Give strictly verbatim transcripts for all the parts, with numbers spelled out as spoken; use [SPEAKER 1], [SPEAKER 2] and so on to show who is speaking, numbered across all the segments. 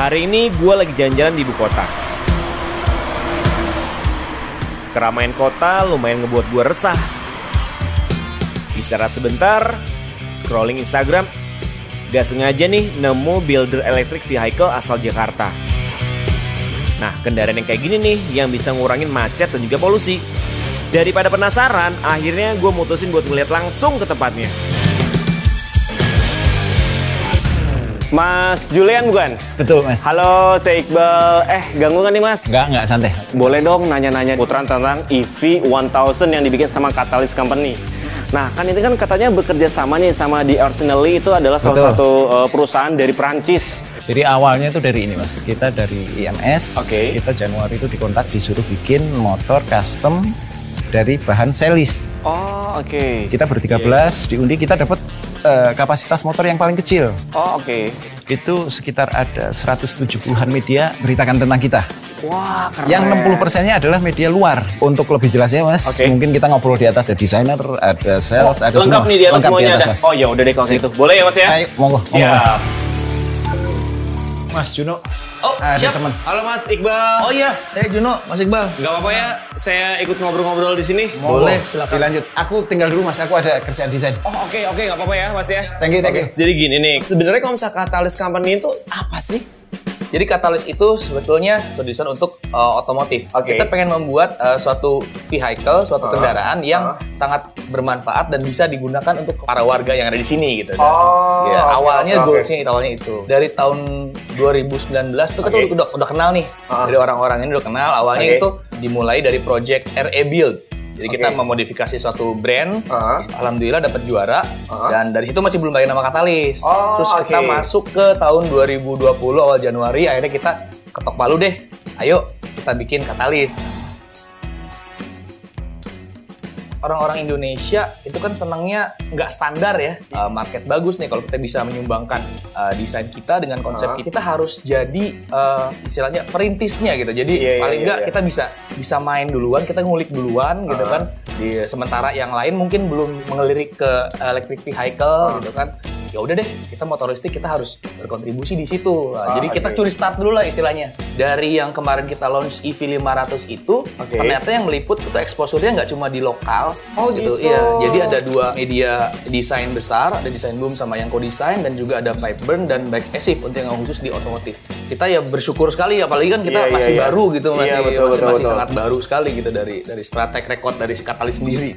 [SPEAKER 1] Hari ini gue lagi jalan-jalan di ibu kota. Keramaian kota lumayan ngebuat gue resah. Istirahat sebentar, scrolling Instagram, gak sengaja nih nemu builder electric vehicle asal Jakarta. Nah, kendaraan yang kayak gini nih yang bisa ngurangin macet dan juga polusi. Daripada penasaran, akhirnya gue mutusin buat ngeliat langsung ke tempatnya. Mas Julian bukan?
[SPEAKER 2] Betul, Mas.
[SPEAKER 1] Halo, saya Iqbal. Eh, ganggu kan nih, Mas?
[SPEAKER 2] Enggak, enggak, santai.
[SPEAKER 1] Boleh dong nanya-nanya putaran tentang E V seribu yang dibikin sama Catalyst Company. Nah, kan ini kan katanya bekerja sama nih sama di Originally, itu adalah salah
[SPEAKER 2] Betul.
[SPEAKER 1] satu uh, perusahaan dari Perancis.
[SPEAKER 2] Jadi awalnya itu dari ini, Mas. Kita dari I M S.
[SPEAKER 1] Oke.
[SPEAKER 2] Kita Januari itu dikontak disuruh bikin motor custom dari bahan selis.
[SPEAKER 1] Oh, oke. Okay.
[SPEAKER 2] Kita bertiga belas diundi, kita dapat uh, kapasitas motor yang paling kecil.
[SPEAKER 1] Oh, oke. Okay.
[SPEAKER 2] Itu sekitar ada seratus tujuh puluhan media beritakan tentang kita.
[SPEAKER 1] Wah, keren.
[SPEAKER 2] Yang enam puluh persennya adalah media luar. Untuk lebih jelasnya, Mas,
[SPEAKER 1] okay.
[SPEAKER 2] mungkin kita ngobrol di atas, ada desainer, ada sales,
[SPEAKER 1] oh,
[SPEAKER 2] ada
[SPEAKER 1] lengkap
[SPEAKER 2] semua.
[SPEAKER 1] Nih di atas
[SPEAKER 2] lengkap
[SPEAKER 1] semuanya
[SPEAKER 2] di atas,
[SPEAKER 1] ada.
[SPEAKER 2] Mas.
[SPEAKER 1] Oh ya udah deh kalau gitu. Boleh ya, Mas ya?
[SPEAKER 2] Ayo, monggo, monggo, Mas. Mas Juno.
[SPEAKER 1] Oh,
[SPEAKER 2] ada
[SPEAKER 1] siap.
[SPEAKER 2] teman.
[SPEAKER 1] Halo Mas Iqbal.
[SPEAKER 3] Oh iya, saya Juno, Mas Iqbal.
[SPEAKER 1] Gak apa-apa ya, saya ikut ngobrol-ngobrol di sini.
[SPEAKER 2] Boleh,
[SPEAKER 3] silakan.
[SPEAKER 2] Dilanjut. Aku tinggal dulu, Mas. Aku ada kerjaan desain.
[SPEAKER 1] Oh, oke, okay, oke, okay, gak apa-apa ya, Mas ya.
[SPEAKER 2] Thank you, thank you.
[SPEAKER 1] Jadi gini nih, sebenarnya kalau misalnya Catalyst Company itu apa sih?
[SPEAKER 3] Jadi Catalyst itu sebetulnya solution untuk uh, otomotif.
[SPEAKER 1] Okay.
[SPEAKER 3] Kita pengen membuat uh, suatu vehicle, suatu
[SPEAKER 1] uh,
[SPEAKER 3] kendaraan yang
[SPEAKER 1] uh.
[SPEAKER 3] sangat bermanfaat dan bisa digunakan untuk para warga yang ada di sini gitu.
[SPEAKER 1] Oh,
[SPEAKER 3] ya,
[SPEAKER 1] okay,
[SPEAKER 3] awalnya
[SPEAKER 1] okay,
[SPEAKER 3] goalsnya okay. awalnya itu. Dari tahun dua ribu sembilan belas itu
[SPEAKER 1] okay.
[SPEAKER 3] kita udah, udah kenal nih. Uh. Dari orang-orang ini udah kenal. Awalnya
[SPEAKER 1] okay.
[SPEAKER 3] itu dimulai dari project R E Build. Jadi kita okay. memodifikasi suatu brand, uh-huh. alhamdulillah dapat juara, uh-huh. dan dari situ masih belum pakai nama Catalyst.
[SPEAKER 1] Oh,
[SPEAKER 3] Terus
[SPEAKER 1] okay.
[SPEAKER 3] kita masuk ke tahun dua ribu dua puluh awal Januari, akhirnya kita ketok palu deh, ayo kita bikin Catalyst. Orang-orang Indonesia itu kan senangnya nggak standar ya, uh, market bagus nih kalau kita bisa menyumbangkan uh, desain kita dengan konsep uh-huh. kita harus jadi uh, istilahnya perintisnya gitu. Jadi yeah, paling nggak yeah, yeah. kita bisa bisa main duluan, kita ngulik duluan uh-huh. gitu kan. Di sementara yang lain mungkin belum mengelirik ke electric vehicle uh-huh. gitu kan. Ya udah deh, kita motoristik kita harus berkontribusi di situ. Nah, ah, jadi kita okay. curi start dulu lah istilahnya. Dari yang kemarin kita launch E V lima ratus itu, okay. ternyata yang meliput itu exposure-nya nggak cuma di lokal.
[SPEAKER 1] Oh gitu.
[SPEAKER 3] Iya, jadi ada dua media desain besar, ada Design Boom sama yang co-design, dan juga ada Brightburn dan Bikespecific untuk yang khusus di otomotif. Kita ya bersyukur sekali, apalagi kan kita yeah, masih yeah, baru yeah. gitu, masih
[SPEAKER 1] yeah, betul,
[SPEAKER 3] masih,
[SPEAKER 1] betul,
[SPEAKER 3] masih
[SPEAKER 1] betul.
[SPEAKER 3] sangat baru sekali gitu dari dari track record dari si Catalyst sendiri.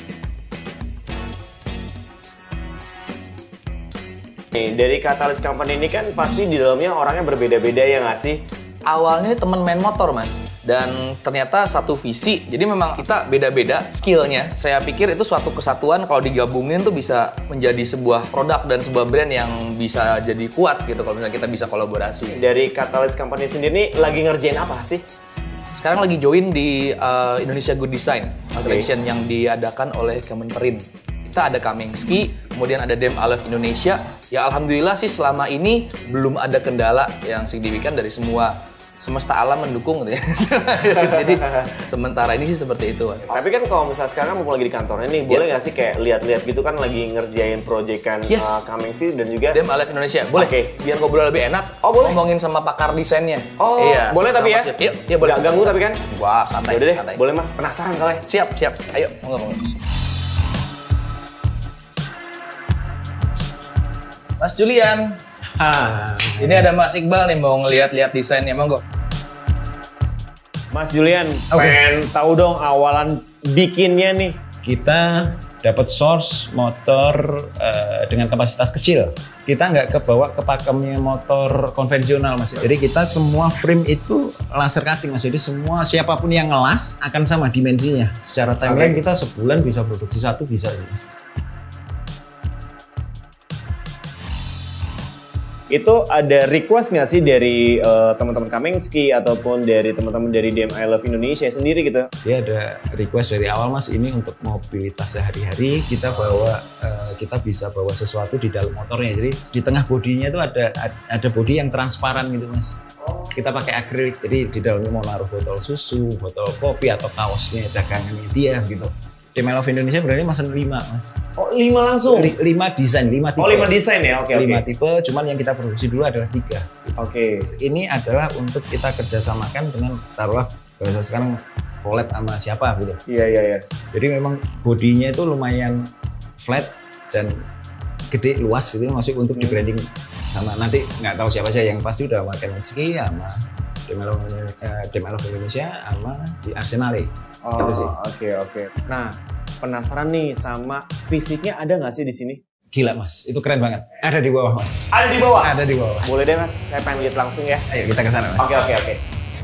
[SPEAKER 1] Dari Catalyst Company ini kan pasti di dalamnya orangnya berbeda-beda ya nggak sih?
[SPEAKER 3] Awalnya temen main motor, Mas, dan ternyata satu visi. Jadi memang kita beda-beda skillnya. Saya pikir itu suatu kesatuan kalau digabungin tuh bisa menjadi sebuah produk dan sebuah brand yang bisa jadi kuat gitu kalau misalnya kita bisa kolaborasi.
[SPEAKER 1] Dari Catalyst Company sendiri lagi ngerjain apa sih?
[SPEAKER 3] Sekarang lagi join di uh, Indonesia Good Design okay. Selection yang diadakan oleh Kemenperin. Kita ada Kamengski, kemudian ada D E M Aleph Indonesia. Ya alhamdulillah sih selama ini belum ada kendala yang signifikan, dari semua semesta alam mendukung gitu ya. Jadi sementara ini sih seperti itu.
[SPEAKER 1] Tapi kan kalau misalnya sekarang mumpung lagi di kantornya nih, boleh nggak sih kayak lihat-lihat gitu kan lagi ngerjain proyekan
[SPEAKER 3] yes.
[SPEAKER 1] uh, Kamengski dan juga
[SPEAKER 3] D E M Aleph Indonesia. Boleh.
[SPEAKER 1] Okay.
[SPEAKER 3] Biar ngobrol lebih enak.
[SPEAKER 1] Oh boleh.
[SPEAKER 3] Ngomongin sama pakar desainnya.
[SPEAKER 1] Oh iya. Boleh tapi ya.
[SPEAKER 3] Yuk, ya boleh.
[SPEAKER 1] Gak ganggu tapi kan?
[SPEAKER 3] Wah, santai.
[SPEAKER 1] Yaudah deh.
[SPEAKER 3] Santai.
[SPEAKER 1] Boleh Mas, penasaran soalnya.
[SPEAKER 3] Siap, siap. Ayo, monggo, monggo. Mas Julian.
[SPEAKER 2] Ah.
[SPEAKER 3] Ini ada Mas Iqbal nih mau ngeliat-liat desainnya, monggo.
[SPEAKER 1] Mas Julian,
[SPEAKER 2] okay.
[SPEAKER 1] pengen tahu dong awalan bikinnya nih.
[SPEAKER 2] Kita dapat source motor uh, dengan kapasitas kecil. Kita nggak kebawa ke pakemnya motor konvensional, Mas. Jadi kita semua frame itu laser cutting, Mas. Jadi semua siapapun yang ngelas akan sama dimensinya. Secara timeline okay. kita sebulan bisa produksi satu bisa, Mas.
[SPEAKER 1] Itu ada request nggak sih dari uh, teman-teman Kamengski ataupun dari teman-teman dari D E M I Love Indonesia sendiri gitu?
[SPEAKER 2] Dia ada request dari awal, Mas, ini untuk mobilitas sehari-hari kita bawa uh, kita bisa bawa sesuatu di dalam motornya. Jadi di tengah bodinya itu ada ada bodi yang transparan gitu, Mas. Oh. Kita pakai akrilik, jadi di dalamnya mau naruh botol susu, botol kopi atau kaosnya dagangannya dia gitu. Demelov Indonesia berarti mesen lima mas.
[SPEAKER 1] Oh lima langsung?
[SPEAKER 2] Li- lima desain, lima tipe.
[SPEAKER 1] Oh lima desain ya, oke
[SPEAKER 2] lima
[SPEAKER 1] oke.
[SPEAKER 2] tipe, cuman yang kita produksi dulu adalah tiga.
[SPEAKER 1] Oke.
[SPEAKER 2] Ini adalah untuk kita kerjasamakan dengan taruhlah bahasa sekarang collab sama siapa gitu.
[SPEAKER 1] Iya iya iya.
[SPEAKER 2] Jadi memang bodinya itu lumayan flat dan gede luas itu masuk untuk di branding sama nanti nggak tahu siapa sih yang pasti udah pakai Mitsuki sama Demelov eh, Demelov Indonesia sama di Arsenal.
[SPEAKER 1] Oh,
[SPEAKER 2] Gitu sih.
[SPEAKER 1] oke oke. Nah, penasaran nih sama fisiknya ada nggak sih di sini?
[SPEAKER 2] Gila mas, itu keren banget. Ada di bawah mas.
[SPEAKER 1] Ada di bawah.
[SPEAKER 2] Ada di bawah.
[SPEAKER 1] Boleh deh mas, saya pengen lihat langsung ya.
[SPEAKER 2] Ayo kita ke sana mas.
[SPEAKER 1] Oke oke oke.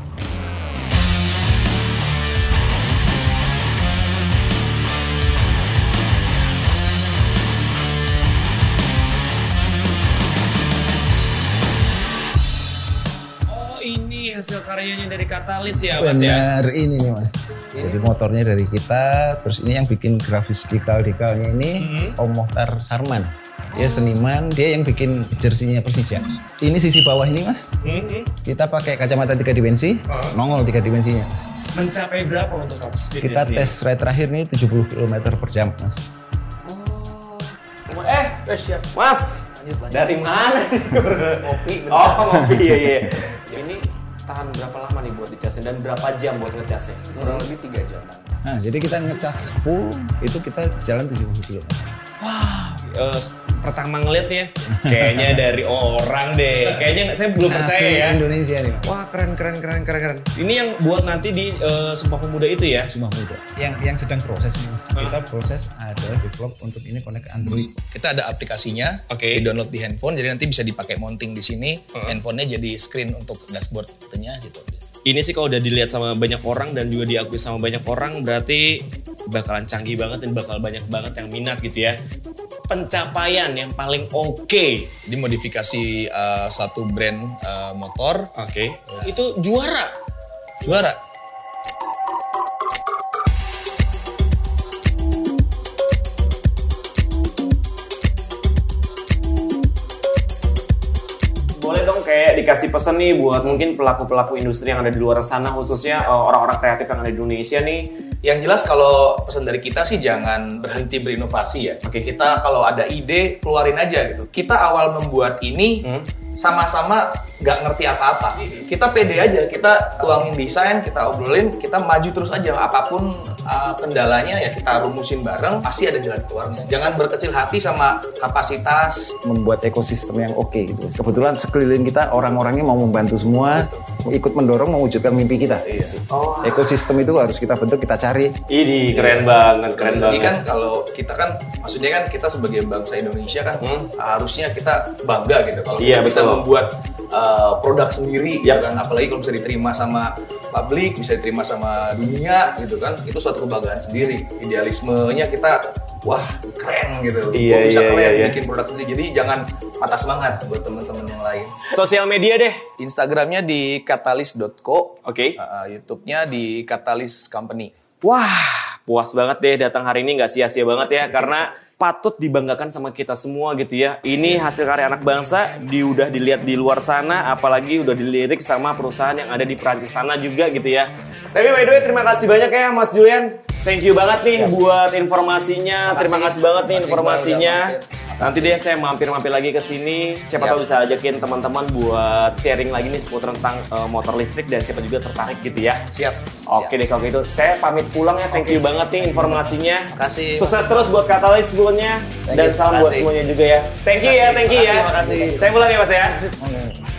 [SPEAKER 4] Oh ini hasil karyanya dari Katalis ya mas ya?
[SPEAKER 2] Benar, ini nih mas. Jadi motornya dari kita, terus ini yang bikin grafis dekal-dekalnya ini
[SPEAKER 4] Mhm.
[SPEAKER 2] Om Mohtar Sarman. Dia seniman, dia yang bikin jersinya Persija. Ini sisi bawah ini mas,
[SPEAKER 4] Mhm.
[SPEAKER 2] kita pakai kacamata tiga dimensi,
[SPEAKER 4] Oh.
[SPEAKER 2] nongol tiga dimensinya mas.
[SPEAKER 4] Mencapai berapa untuk top speed
[SPEAKER 2] Kita tes ride terakhir nih tujuh puluh kilometer per jam mas.
[SPEAKER 1] Eh,
[SPEAKER 3] Eh, siap.
[SPEAKER 1] mas,
[SPEAKER 3] Lanjut, lanjut.
[SPEAKER 1] dari mana?
[SPEAKER 3] Ngopi, bener.
[SPEAKER 1] Oh ngopi iya iya. Ini tahan berapa lama nih buat dicasnya dan berapa jam buat ngecasnya?
[SPEAKER 3] Kurang lebih tiga jam.
[SPEAKER 2] Nah jadi kita ngecas full, itu kita jalan tujuh puluh kilometer.
[SPEAKER 4] Wah, eh, pertama ngeliat nih ya, kayaknya dari orang deh. Kayaknya saya belum percaya
[SPEAKER 2] Asli
[SPEAKER 4] ya.
[SPEAKER 2] Indonesia nih mas.
[SPEAKER 4] Wah keren keren keren keren keren. Ini yang buat nanti di eh, Sumpah Pemuda itu ya?
[SPEAKER 2] Cuma muda. Yang yang sedang proses nih mas. Kita proses adalah develop untuk ini connect ke Android.
[SPEAKER 5] Kita ada aplikasinya,
[SPEAKER 4] Oke.
[SPEAKER 5] di download di handphone, jadi nanti bisa dipakai mounting di sini.
[SPEAKER 4] Uh-huh.
[SPEAKER 5] Handphonenya jadi screen untuk dashboard-nya gitu.
[SPEAKER 4] Ini sih kalau udah dilihat sama banyak orang dan juga diakui sama banyak orang, berarti bakalan canggih banget dan bakal banyak banget yang minat gitu ya. Pencapaian yang paling oke.
[SPEAKER 5] Dimodifikasi uh, satu brand uh, motor,
[SPEAKER 4] Oke. Itu juara.
[SPEAKER 5] juara.
[SPEAKER 1] Boleh dong kayak dikasih pesan nih buat mungkin pelaku-pelaku industri yang ada di luar sana, khususnya uh, orang-orang kreatif yang ada di Indonesia nih.
[SPEAKER 3] Yang jelas kalau pesan dari kita sih jangan berhenti berinovasi ya. Oke, kita kalau ada ide keluarin aja gitu. Kita awal membuat ini
[SPEAKER 1] Hmm.
[SPEAKER 3] sama-sama nggak ngerti apa-apa. Kita pede aja, kita tuangin desain, kita obrolin, kita maju terus aja. Apapun uh, kendalanya ya kita rumusin bareng, pasti ada jalan keluarnya. Jangan berkecil hati sama kapasitas.
[SPEAKER 2] Membuat ekosistem yang oke gitu. Kebetulan sekeliling kita orang-orangnya mau membantu semua, ikut mendorong mewujudkan mimpi kita.
[SPEAKER 3] Iya.
[SPEAKER 1] Oh,
[SPEAKER 2] Ekosistem itu harus kita bentuk, kita cari.
[SPEAKER 1] ini keren banget, keren
[SPEAKER 3] Jadi
[SPEAKER 1] banget.
[SPEAKER 3] kan kalau kita kan, maksudnya kan kita sebagai bangsa Indonesia kan
[SPEAKER 1] Hmm.
[SPEAKER 3] harusnya kita bangga gitu kalau
[SPEAKER 1] Iya,
[SPEAKER 3] kita bisa
[SPEAKER 1] betul.
[SPEAKER 3] membuat uh, produk sendiri,
[SPEAKER 1] Yap.
[SPEAKER 3] gitu kan. Apalagi kalau bisa diterima sama publik, bisa diterima sama dunia, gitu kan. Itu suatu kebanggaan sendiri. Idealismenya kita, wah keren gitu.
[SPEAKER 1] Iya,
[SPEAKER 3] Kok bisa
[SPEAKER 1] iya,
[SPEAKER 3] keren
[SPEAKER 1] iya, iya.
[SPEAKER 3] bikin produk sendiri. Jadi jangan patah semangat buat teman-teman yang lain.
[SPEAKER 1] Sosial media deh.
[SPEAKER 3] Instagramnya di katalis dot co,
[SPEAKER 1] Oke.
[SPEAKER 3] uh, YouTube-nya di Katalis Company.
[SPEAKER 1] Wah, puas banget deh datang hari ini, nggak sia-sia banget ya, karena patut dibanggakan sama kita semua gitu ya. Ini hasil karya anak bangsa, di udah dilihat di luar sana, apalagi udah dilirik sama perusahaan yang ada di Prancis sana juga gitu ya. Tapi by the way, terima kasih banyak ya Mas Julian. Thank you banget nih buat informasinya.
[SPEAKER 3] Makasih.
[SPEAKER 1] Terima kasih banget nih
[SPEAKER 3] Makasih
[SPEAKER 1] informasinya.
[SPEAKER 3] Iqbal udah mampir.
[SPEAKER 1] Nanti deh saya mampir-mampir lagi ke sini. Siapa
[SPEAKER 3] Siap.
[SPEAKER 1] tahu bisa ajakin teman-teman buat sharing lagi nih seputar tentang uh, motor listrik dan siapa juga tertarik gitu ya.
[SPEAKER 3] Siap.
[SPEAKER 1] Oke deh kalau gitu, saya pamit pulang ya. Thank you banget nih informasinya.
[SPEAKER 3] Makasih.
[SPEAKER 1] Sukses terus buat Katalis sebelumnya
[SPEAKER 3] Thank
[SPEAKER 1] dan
[SPEAKER 3] you.
[SPEAKER 1] salam buat
[SPEAKER 3] Makasih.
[SPEAKER 1] semuanya juga ya. Thank you ya, thank you ya.
[SPEAKER 3] Makasih, makasih.
[SPEAKER 1] Saya pulang ya Mas ya.
[SPEAKER 2] Oke.